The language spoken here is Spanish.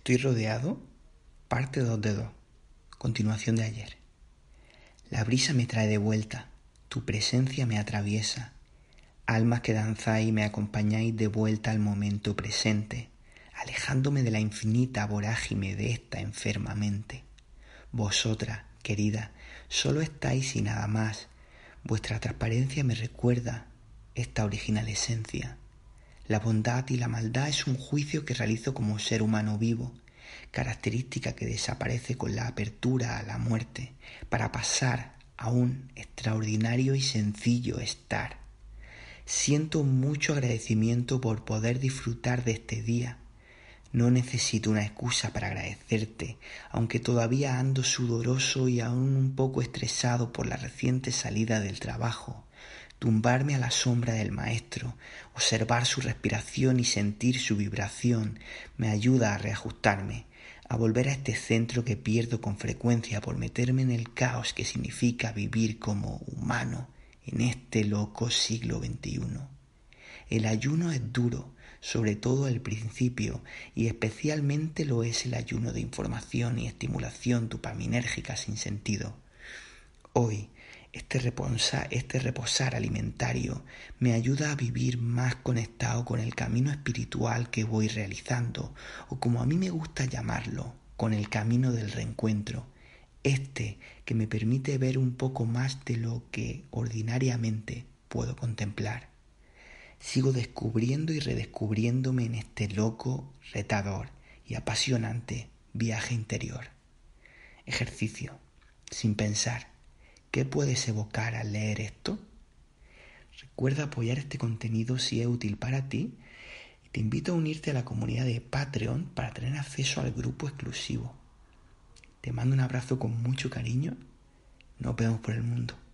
Estoy rodeado, parte 2 de 2, continuación de ayer. La brisa me trae de vuelta, tu presencia me atraviesa. Almas que danzáis y me acompañáis de vuelta al momento presente, alejándome de la infinita vorágine de esta enferma mente. Vosotras, querida, solo estáis y nada más. Vuestra transparencia me recuerda esta original esencia. La bondad y la maldad es un juicio que realizo como ser humano vivo, característica que desaparece con la apertura a la muerte, para pasar a un extraordinario y sencillo estar. Siento mucho agradecimiento por poder disfrutar de este día. No necesito una excusa para agradecerte, aunque todavía ando sudoroso y aún un poco estresado por la reciente salida del trabajo. Tumbarme a la sombra del maestro, observar su respiración y sentir su vibración me ayuda a reajustarme, a volver a este centro que pierdo con frecuencia por meterme en el caos que significa vivir como humano en este loco siglo XXI. El ayuno es duro, sobre todo al principio, y especialmente lo es el ayuno de información y estimulación dopaminérgica sin sentido. Hoy, este reposar alimentario me ayuda a vivir más conectado con el camino espiritual que voy realizando, o como a mí me gusta llamarlo, con el camino del reencuentro, que me permite ver un poco más de lo que ordinariamente puedo contemplar. Sigo descubriendo y redescubriéndome en este loco, retador y apasionante viaje interior. Ejercicio, sin pensar. ¿Qué puedes evocar al leer esto? Recuerda apoyar este contenido si es útil para ti. Te invito a unirte a la comunidad de Patreon para tener acceso al grupo exclusivo. Te mando un abrazo con mucho cariño. Nos vemos por el mundo.